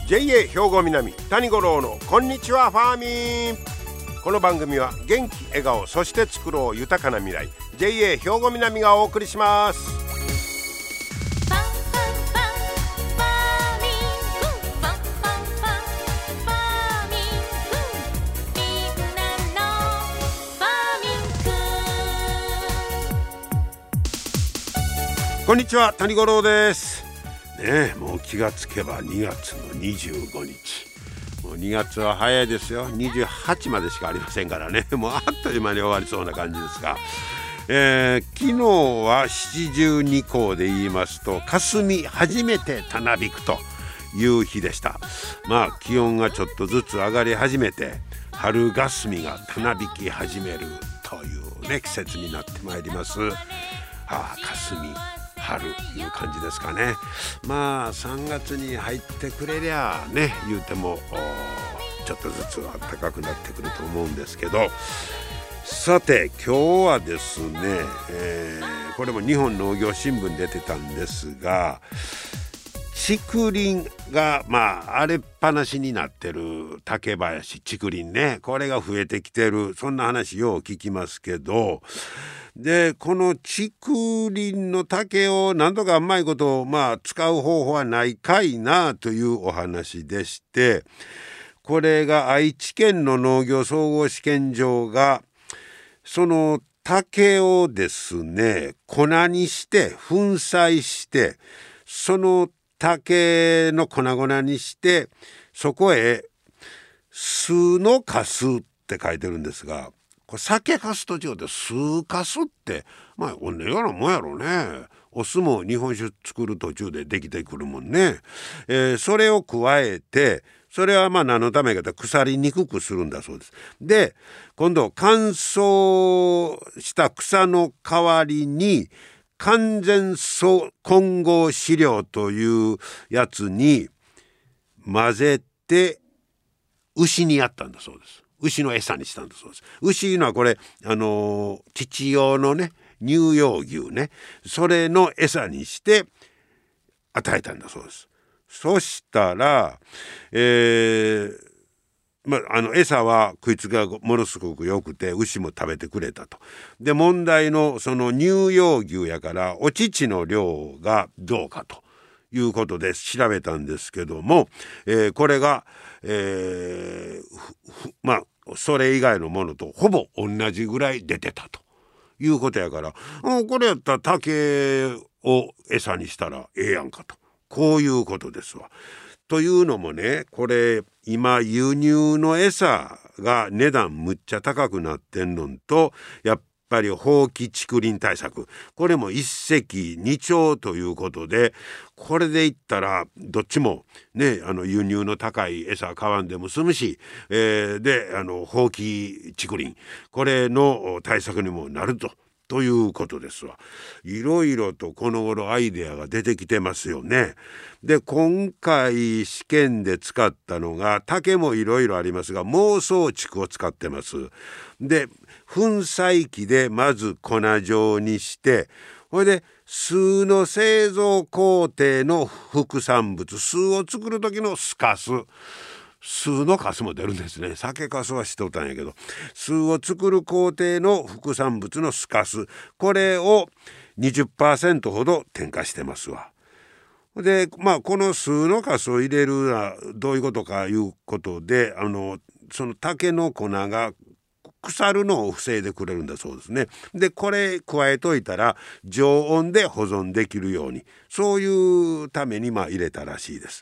JA 兵庫南谷五郎のこんにちはファーミン。この番組は元気笑顔そして作ろう豊かな未来 JA 兵庫南がお送りします。こんにちは谷五郎ですね。もう気がつけば2月の25日、もう2月は早いですよ。28までしかありませんからね、もうあっという間に終わりそうな感じですが、昨日は七十二候で言いますと霞初めてたなびくという日でした。まあ気温がちょっとずつ上がり始めて春霞がたなびき始めるというね季節になってまいります。霞春いう感じですかね。まあ3月に入ってくれりゃね言うてもちょっとずつ暖かくなってくると思うんですけど、さて今日はですね、これも日本農業新聞に出てたんですが、竹林が荒れっぱなしになってる竹林竹林ね、これが増えてきてる、そんな話よう聞きますけど、でこの竹林の竹をなんとかうまいこと使う方法はないかいなというお話でして、これが愛知県の農業総合試験場がその竹をですね粉にして粉砕して、その竹の粉々にしてそこへ酢の粕って書いてるんですが、これ酒粕と違って酢粕って同じようなもんやろうね。お酢も日本酒作る途中でできてくるもんね。それを加えて、それは何のためかと腐りにくくするんだそうです。で今度乾燥した草の代わりに完全混合飼料というやつに混ぜて牛にやったんだそうです。牛の餌にしたんだそうです。牛のはこれ乳用のね乳用牛ね、それの餌にして与えたんだそうです。そしたら、餌は食いつきがものすごく良くて牛も食べてくれたと。で問題のその乳用牛やからお乳の量がどうかということで調べたんですけども、これが、それ以外のものとほぼ同じぐらい出てたということやから、これやったら竹を餌にしたらええやんかと、こういうことですわ。というのもね、これ今輸入の餌が値段むっちゃ高くなってんのと、やっぱり放棄竹林対策、これも一石二鳥ということで、これでいったらどっちもね輸入の高い餌買わんでも済むし、で放棄竹林これの対策にもなるということですわ。いろいろとこの頃アイデアが出てきてますよね。で今回試験で使ったのが竹もいろいろありますが孟宗竹を使ってます。で粉砕機でまず粉状にして、それで酢の製造工程の副産物、酢を作る時の酢粕、酢の粕も出るんですね。酒粕はしとったんやけど、酢を作る工程の副産物の酢粕、これを 20% ほど添加してますわ。でこの酢の粕を入れるのはどういうことかいうことで、その竹の粉が腐るのを防いでくれるんだそうですね。でこれ加えといたら常温で保存できるように、そういうために入れたらしいです。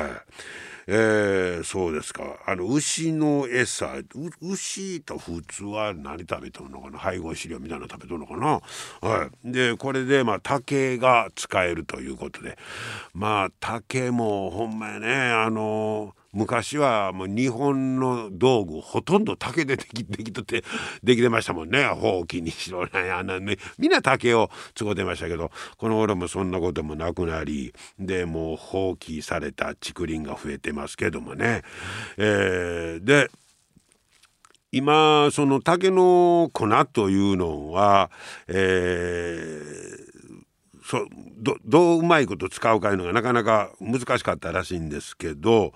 そうですか。牛の餌、牛と普通は何食べとるのかな、配合飼料みたいなの食べとるのかな。でこれで竹が使えるということで、竹もほんまやね、昔はもう日本の道具ほとんど竹でできてましたもんね。ほうきにしろね、みんな竹を使ってましたけど、この頃もそんなこともなくなり、でもう放棄された竹林が増えてますけどもね。で今その竹の粉というのは、 どううまいこと使うかいうのがなかなか難しかったらしいんですけど、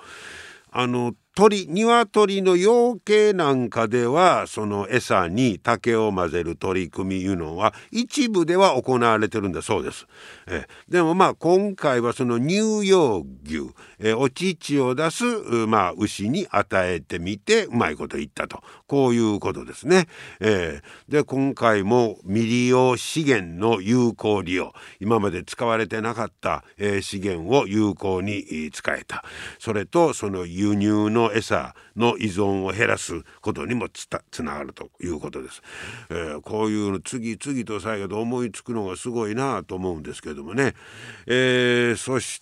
鶏の養鶏なんかではその餌に竹を混ぜる取り組みいうのは一部では行われてるんだそうです。でも今回はその乳養牛、お乳を出す、牛に与えてみてうまいこと言ったと、こういうことですね。で今回も未利用資源の有効利用、今まで使われてなかった、資源を有効に使えた。それとその輸入の餌の依存を減らすことにもつながるということです。こういうの次々と最後で思いつくのがすごいなと思うんですけどもね。そして、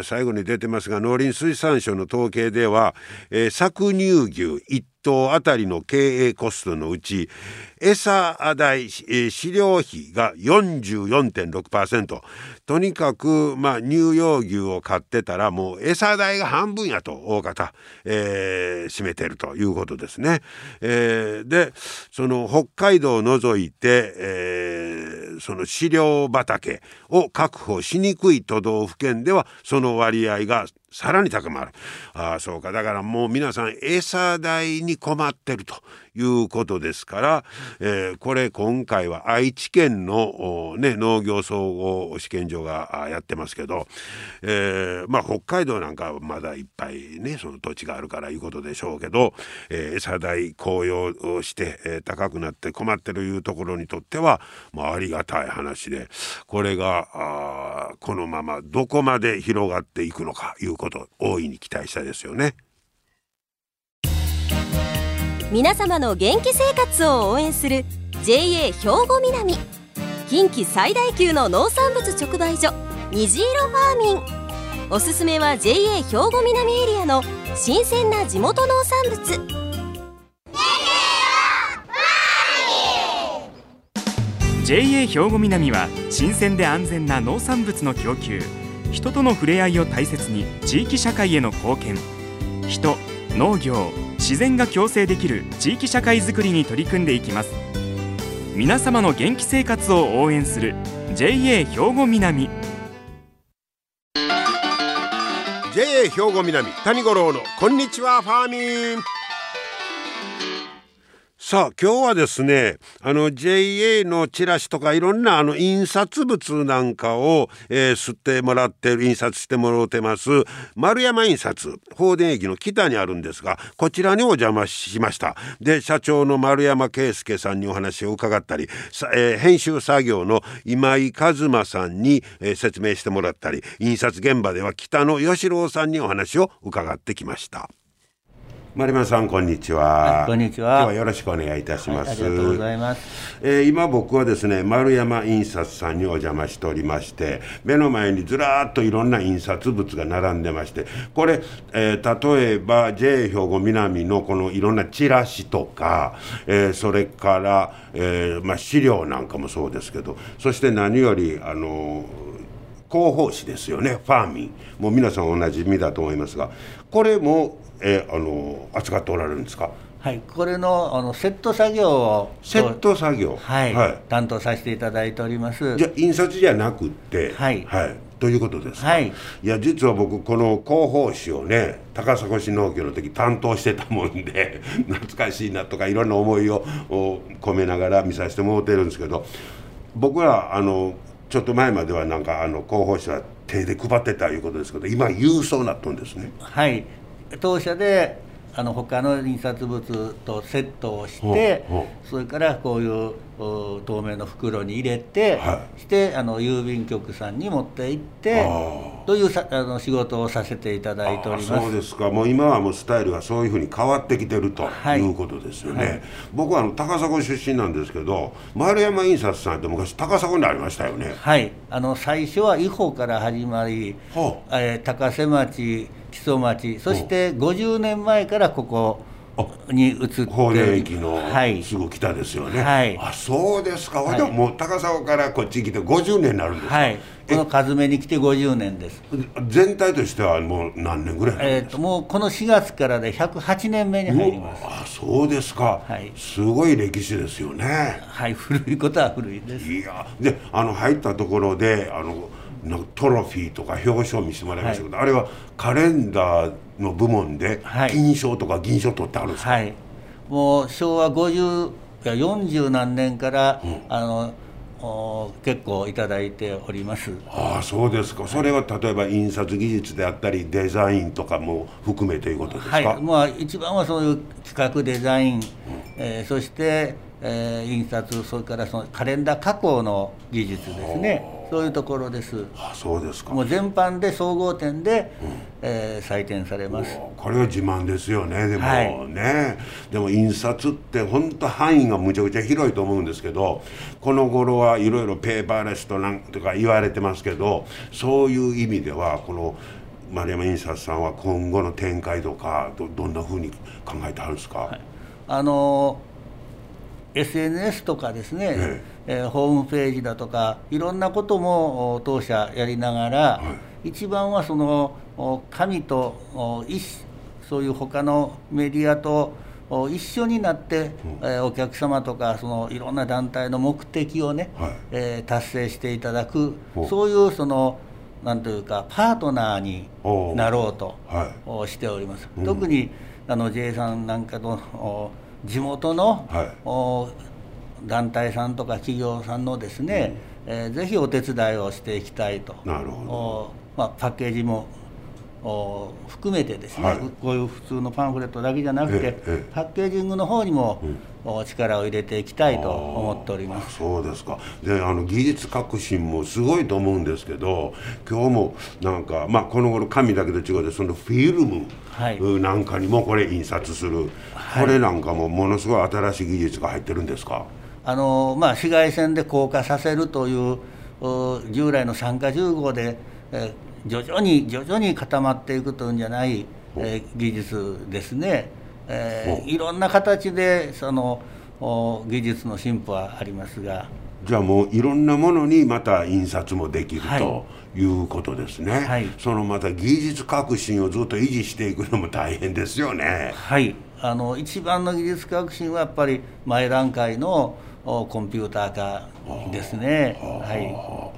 最後に出てますが、農林水産省の統計では、搾乳牛1頭あたりの経営コストのうち餌代、飼料費が 44.6%、 とにかく乳養牛を飼ってたらもう餌代が半分やと大方、占めてるということですね。でその北海道を除いて、その飼料畑を確保しにくい都道府県ではその割合がさらに高まる。そうか、だからもう皆さん餌代に困ってるということですから、これ今回は愛知県の、農業総合試験所がやってますけど、北海道なんかはまだいっぱいねその土地があるからいうことでしょうけど、餌代高揚して、高くなって困ってるいうところにとっては、ありがたい話で、これがこのままどこまで広がっていくのかいうこと大いに期待したいですよね。 皆様の元気生活を応援する JA 兵庫南、近畿最大級の農産物直売所虹色ファーミン。おすすめは JA 兵庫南エリアの新鮮な地元農産物。 JA 兵庫南は新鮮で安全な農産物の供給、人との触れ合いを大切に地域社会への貢献、人、農業、自然が共生できる地域社会づくりに取り組んでいきます。皆様の元気生活を応援する JA 兵庫南。 JA 兵庫南谷五郎のこんにちはファーミン。さあ今日はですね、JA のチラシとかいろんな印刷物なんかを、吸ってもらってる、印刷してもらってます丸山印刷、法田駅の北にあるんですが、こちらにお邪魔しました。で社長の丸山圭介さんにお話を伺ったり、編集作業の今井一馬さんに、説明してもらったり、印刷現場では北野義郎さんにお話を伺ってきました。丸山さんこんにちは。 こんにちは。 今日はよろしくお願いいたします。 ありがとうございます。 今僕はですね丸山印刷さんにお邪魔しておりまして、目の前にずらーっといろんな印刷物が並んでまして、これ、例えば JA 兵庫南のこのいろんなチラシとか、それから、資料なんかもそうですけど、そして何より広報誌ですよね、ファーミン。もう皆さんおなじみだと思いますが、これも扱っておられるんですか？ はい、これのセット作業を担当させていただいております。 じゃあ印刷じゃなくってということですか？いや実は僕この広報誌をね高砂市農協の時担当してたもんで懐かしいなとかいろんな思いを込めながら見させてもらってるんですけど、僕らちょっと前まではなんか広報誌は手で配ってたいうことですけど、今郵送になったんですね。 はい、当社で他の印刷物とセットをして、それからこういう透明の袋に入れて、して郵便局さんに持って行ってという仕事をさせていただいております。 そうですか。もう今はもうスタイルがそういうふうに変わってきてるということですよね。僕は高砂出身なんですけど、丸山印刷さんって昔高砂にありましたよね。 はい、最初は伊保から始まり、高瀬町、木曽町、そして50年前からここに移って法然駅のはい、 すぐ北ですよね。 はい、 あ、そうですか。 はい、 でももう高砂からこっち来て50年になるんですか。 はい、この数目に来て50年です。 全体としてはもう何年ぐらいなんですか。 もうこの4月からで108年目に入ります。 あ、そうですか、はい、すごい歴史ですよね。 はい、古いことは古いです。 いや、で入ったところでトロフィーとか表彰を見せてもらいましたけど、はい、あれはカレンダーの部門で金賞とか銀賞取ってあるんですか。 はい、もう昭和50や40何年から、結構いただいております。 ああ、そうですか。それは例えば印刷技術であったりデザインとかも含めということですか。 はい、一番はそういう企画デザイン、そして、印刷、それからそのカレンダー加工の技術ですね。そういうところです。 あ、そうですか。 もう全般で総合点で、採点されます。 これは自慢ですよね。でもね、でも印刷って本当範囲がむちゃくちゃ広いと思うんですけど、この頃はいろいろペーパーレスとなんとか言われてますけど、そういう意味ではこの丸山印刷さんは今後の展開とかどんなふうに考えてあるんですか。 はい、SNS とかですね、ホームページだとかいろんなことも当社やりながら、はい、一番はその紙とそういう他のメディアと一緒になって、お客様とかそのいろんな団体の目的をね、はい、達成していただく、そういうそのなんというかパートナーになろうと、はい、しております。特にJ さんなんかの地元の、はい、団体さんとか企業さんのですね、ぜひお手伝いをしていきたいと。 なるほど。パッケージも含めてですね、はい、こういう普通のパンフレットだけじゃなくて、パッケージングの方にも、力を入れていきたいと思っております。 そうですか。で技術革新もすごいと思うんですけど、今日もなんか、この頃紙だけと違ってそのフィルムなんかにもこれ印刷する、はい、これなんかもものすごい新しい技術が入ってるんですか。 紫外線で硬化させるという従来の酸化重合で、徐々に固まっていくというんじゃない、技術ですね。いろんな形でその技術の進歩はありますが、 じゃあもういろんなものにまた印刷もできる、はい、ということですね。はい、そのまた技術革新をずっと維持していくのも大変ですよね。 はい、一番の技術革新はやっぱり前段階のコンピューター化ですね。はい。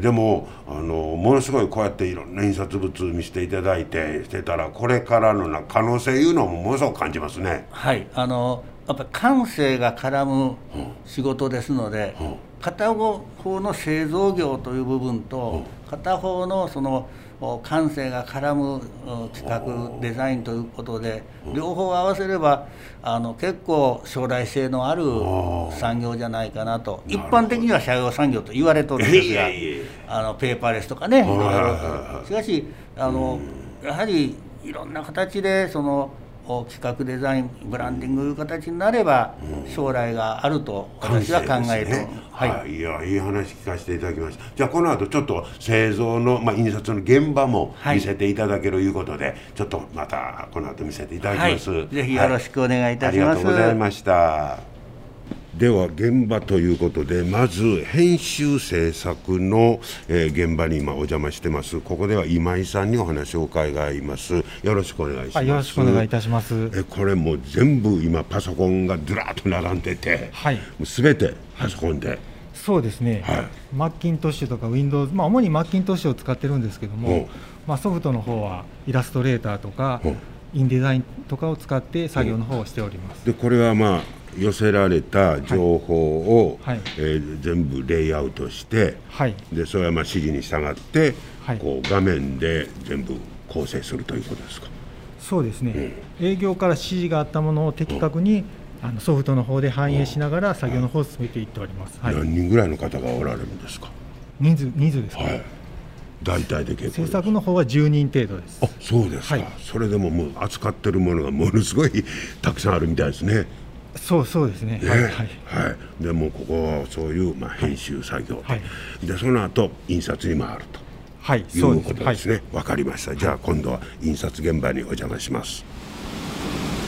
でもものすごいこうやっていろんな印刷物見せていただいてしてたら、これからの可能性いうのもものすごく感じますね。 はい、やっぱり感性が絡む仕事ですので、片方の製造業という部分と片方のその感性が絡む企画デザインということで、両方合わせれば結構将来性のある産業じゃないかなと。一般的には社用産業と言われておるんですが、ペーパーレスとかね、しかしやはりいろんな形でその企画デザインブランディングという形になれば将来があると私は考えて、ね、 はい、いや、いい話聞かせていただきました。じゃあこの後ちょっと製造の、印刷の現場も見せていただけるということで、ちょっとまたこの後見せていただきます。 ぜひよろしくお願いいたします。 ありがとうございました。では現場ということで、まず編集制作の、現場に今お邪魔してます。ここでは今井さんにお話を伺います。よろしくお願いします。 よろしくお願いいたします。 これもう全部今パソコンがずらっと並んでて、はい、もう全てパソコンで。 そうですね、はい、マッキントッシュとか Windows、主にマッキントッシュを使ってるんですけども、ソフトの方はイラストレーターとかインデザインとかを使って作業の方をしております。 でこれは寄せられた情報を、はい、全部レイアウトして、はい、でそれは指示に従って、はい、こう画面で全部構成するということですか。 そうですね、営業から指示があったものを的確に、ソフトの方で反映しながら作業の方を進めていっております。はい、 何人ぐらいの方がおられるんですか。 人数ですか、はい、 大体で結構。 制作の方は10人程度です。 あ、そうですか、はい、それでももう扱ってるものがものすごいたくさんあるみたいですね。 そうですね。はい、はい、 でもここはそういう編集作業で、はい、でその後印刷に回ると、はい、いうことですね。わかりました。じゃあ今度は印刷現場にお邪魔します。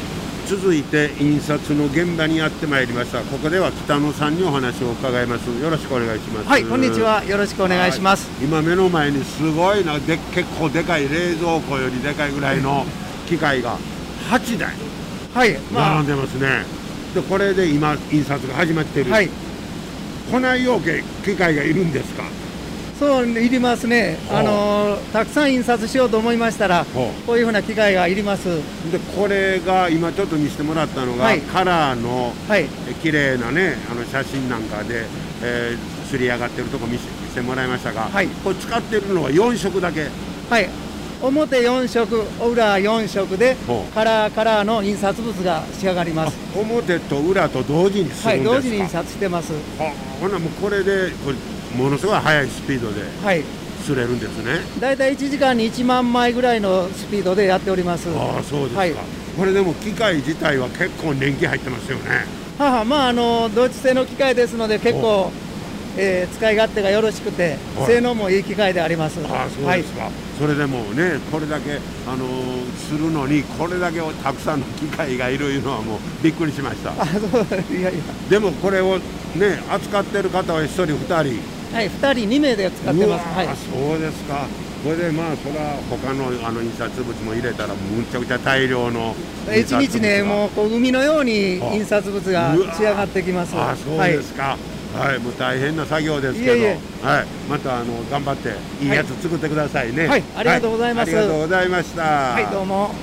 続いて印刷の現場にやってまいりました。ここでは北野さんにお話を伺います。よろしくお願いします。 はい、こんにちは。よろしくお願いします。 今目の前にすごいな、結構でかい冷蔵庫よりでかいぐらいの機械が8台並んでますね。でこれで今印刷が始まっている。来ないよう機械がいるんですか？ そういりますね。たくさん印刷しようと思いましたらこういうふうな機械がいります。 でこれが今ちょっと見せてもらったのが、カラーの綺麗なね写真なんかで、刷り上がってるとこ見せてもらいましたが、これ使ってるのは4色だけ。 表4色、裏4色でカラーの印刷物が仕上がります。 表と裏と同時にするんですか？ 同時に印刷してます。 ほなもうこれでものすごい速いスピードで刷れるんですね。 だいたい1時間に1万枚ぐらいのスピードでやっております。 そうですか。これでも機械自体は結構年季入ってますよね。 ドイツ製の機械ですので結構使い勝手がよろしくて性能もいい機械であります。 そうですか。それでもねこれだけするのにこれだけたくさんの機械がいるいうのはもうびっくりしました。でもこれをね扱ってる方は1人2人 2人2名で使ってます。 そうですか。これでそれは他の印刷物も入れたらむちゃくちゃ大量の 1日ねもう海のように印刷物が仕上がってきます。 そうですか。もう大変な作業ですけど、また頑張っていいやつ作ってくださいね。 ありがとうございます。 ありがとうございました。 どうも。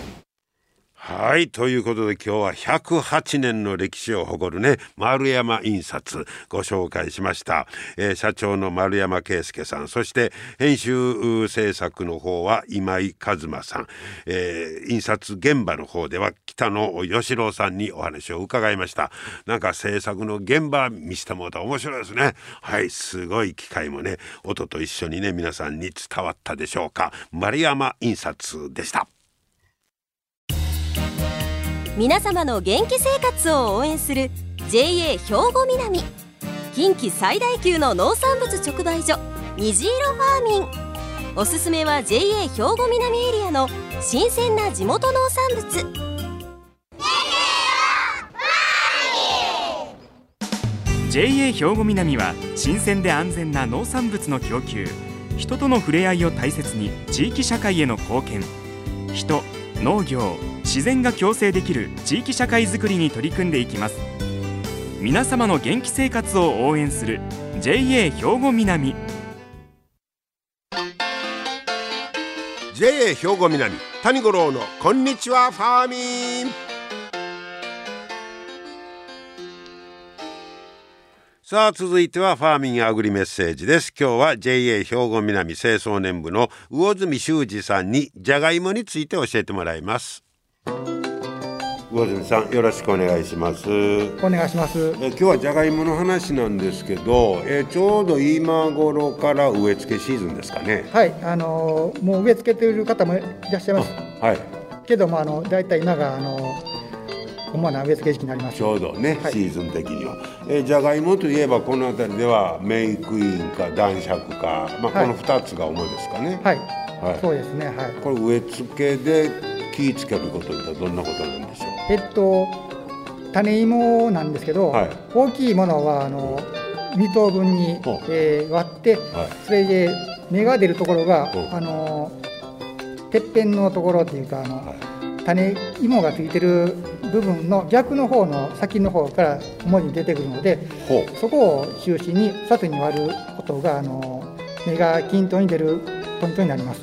ということで今日は108年の歴史を誇るね丸山印刷ご紹介しました。社長の丸山圭介さん、そして編集制作の方は今井一馬さん、印刷現場の方では北野義郎さんにお話を伺いました。なんか制作の現場見せてもらったら面白いですね。すごい機械もね音と一緒にね皆さんに伝わったでしょうか。丸山印刷でした。 皆様の元気生活を応援する JA 兵庫南、近畿最大級の農産物直売所虹色ファーミン。おすすめは JA 兵庫南エリアの新鮮な地元農産物。 JA 兵庫南は新鮮で安全な農産物の供給、人との触れ合いを大切に地域社会への貢献、人、農業、自然が共生できる地域社会づくりに取り組んでいきます。皆様の元気生活を応援する JA 兵庫南。 JA 兵庫南谷五郎のこんにちはファーミン。さあ続いてはファーミンアグリメッセージです。今日は JA 兵庫南清掃年部の魚住修二さんにじゃがいもについて教えてもらいます。魚住さんよろしくお願いします。 お願いします。 今日はじゃがいもの話なんですけど、ちょうど今頃から植え付けシーズンですかね。 もう植え付けている方もいらっしゃいます。けどもだいたい今が主な植え付け時期になります。 ちょうどね、シーズン的にはじゃがいもといえばこの辺りではメイクインか男爵か、この2つが主ですかね。 そうですね。 これ植え付けで気をつけることはどんなことなんでしょう。 種芋なんですけど、大きいものは2等分に、割って、それで芽が出るところが、てっぺんのところっていうか種芋がついてる部分の逆の方の先の方から主に出てくるので、そこを中心に2つに割ることが芽が均等に出るポイントになります。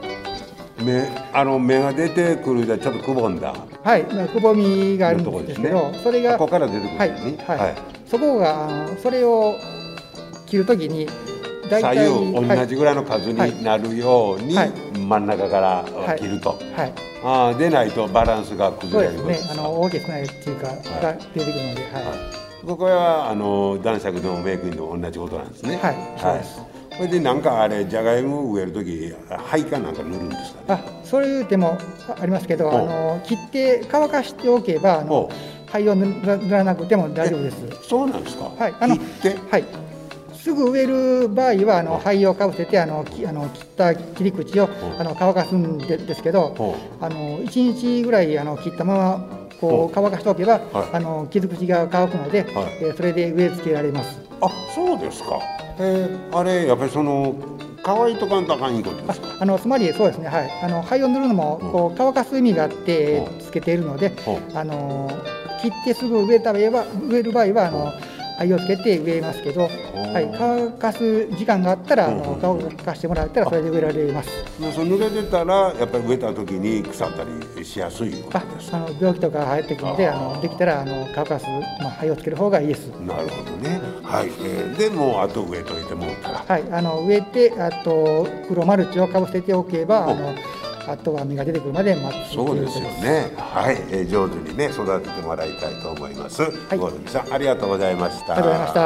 芽が出てくるでちょっとくぼんだくぼみがあるんですけど、それがここから出てくるんですね。 そこがそれを切るときに大体左右同じぐらいの数になるように真ん中から切ると、でないとバランスが崩れる。 そうですね。大きくないっていうかが出てくるので、 これは男爵でもメイクインでも同じことなんですね。 そうです。 それでなんかじゃがいもを植えるとき灰かなんか塗るんですかね。 そういう手もありますけど、切って乾かしておけば灰を塗らなくても大丈夫です。 そうなんですか。切ってすぐ植える場合は灰をかぶせて切った切り口を乾かすんですけど、1日ぐらい切ったままこう乾かしておけば、傷口が乾くので、それで植え付けられます。 あ、そうですか。あれやっぱりその乾いとかんとあかんいうことですか。 つまりそうですね、灰を塗るのもこう乾かす意味があってつけているので、切ってすぐ植える場合は灰をつけて植えますけど、乾かす時間があったら乾かしてもらったらそれで植えられます。 その濡れてたらやっぱり植えた時に腐ったりしやすいことですか。 病気とか入ってくるのでできたら乾かす、灰をつける方がいいです。 なるほどね。でもうあと植えといてもらったら、植えてあと黒マルチをかぶせておけばあとは実が出てくるまで待つ。 そうですよね。上手にね育ててもらいたいと思います。ゴルミさんありがとうございました。 ありがとうございました。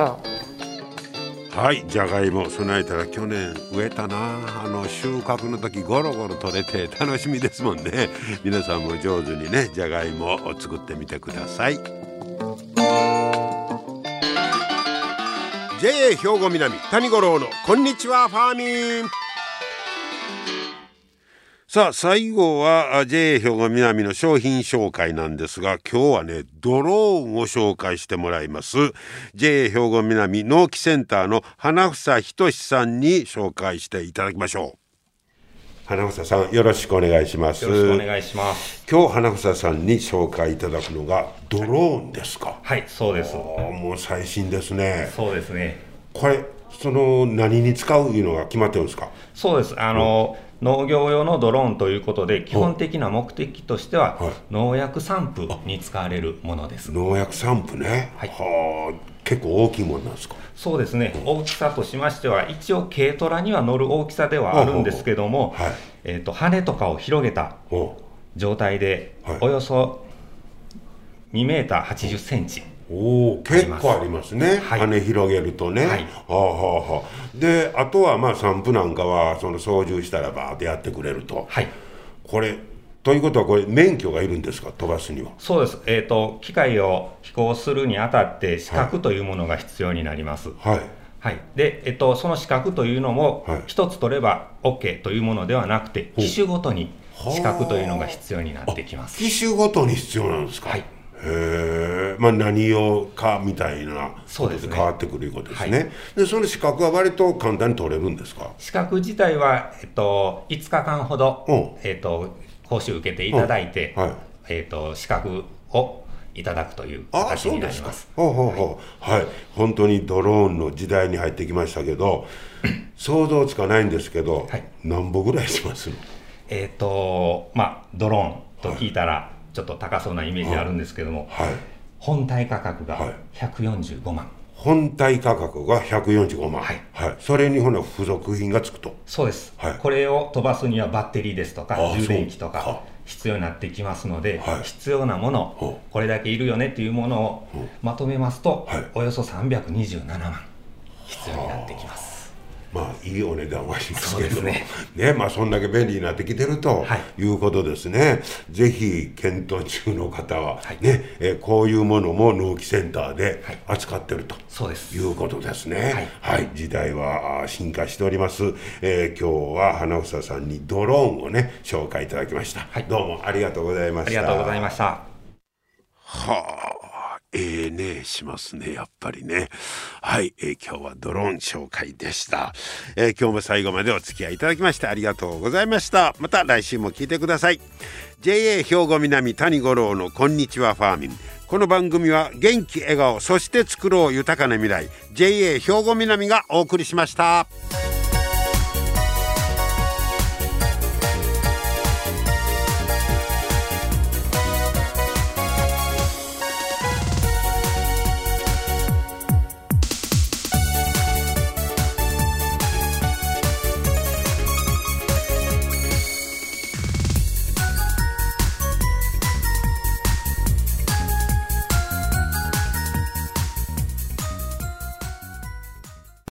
じゃがいも備えたら去年植えたな。収穫の時ゴロゴロ取れて楽しみですもんね。皆さんも上手にねじゃがいもを作ってみてください。JA 兵庫南谷五郎のこんにちはファーミン。さあ最後は JA 兵庫南の商品紹介なんですが、今日はねドローンを紹介してもらいます。 JA 兵庫南農機センターの花房仁さんに紹介していただきましょう。花房さんよろしくお願いします。 よろしくお願いします。 今日花房さんに紹介いただくのがドローンですか。 はい、そうです。 もう最新ですね。 そうですね。 これ何に使ういうのが決まってるんですか。 そうです。農業用のドローンということで基本的な目的としては、農薬散布に使われるものです。 農薬散布ね。結構大きいものなんですか。 そうですね。大きさとしましては一応軽トラには乗る大きさではあるんですけども、羽とかを広げた状態で、およそ2メーター80センチ。 結構ありますね。羽広げるとね。であとは散布なんかは操縦したらバーってやってくれると。これということはこれ免許がいるんですか、飛ばすには。 そうです。機械を飛行するにあたって資格というものが必要になります。で、その資格というのも一つ取れば OK というものではなくて、機種ごとに資格というのが必要になってきます。 機種ごとに必要なんですか。何をかみたいなことで変わってくるいうことですね。でその資格は割と簡単に取れるんですか。 資格自体は、5日間ほど、講習受けていただいて、資格をいただくという形になります。 本当にドローンの時代に入ってきましたけど想像つかないんですけど、何歩ぐらいしますの。 ドローンと聞いたら、ちょっと高そうなイメージあるんですけども、本体価格が145万。 本体価格が145万。それに付属品がつくと。 そうです。これを飛ばすにはバッテリーですとか充電器とか必要になってきますので、必要なものこれだけいるよねっていうものをまとめますと、およそ327万必要になってきます。 いいお値段はしますけどね。そんだけ便利になってきてるということですね。ぜひ検討中の方はこういうものも農機センターで扱ってるということですね。時代は進化しております。今日は花房さんにドローンをね紹介いただきました。どうもありがとうございました。 ありがとうございました。 しますねやっぱりね。今日はドローン紹介でした。今日も最後までお付き合いいただきましてありがとうございました。また来週も聞いてください。 JA 兵庫南谷五郎のこんにちはファーミン。この番組は元気笑顔そして作ろう豊かな未来 JA 兵庫南がお送りしました。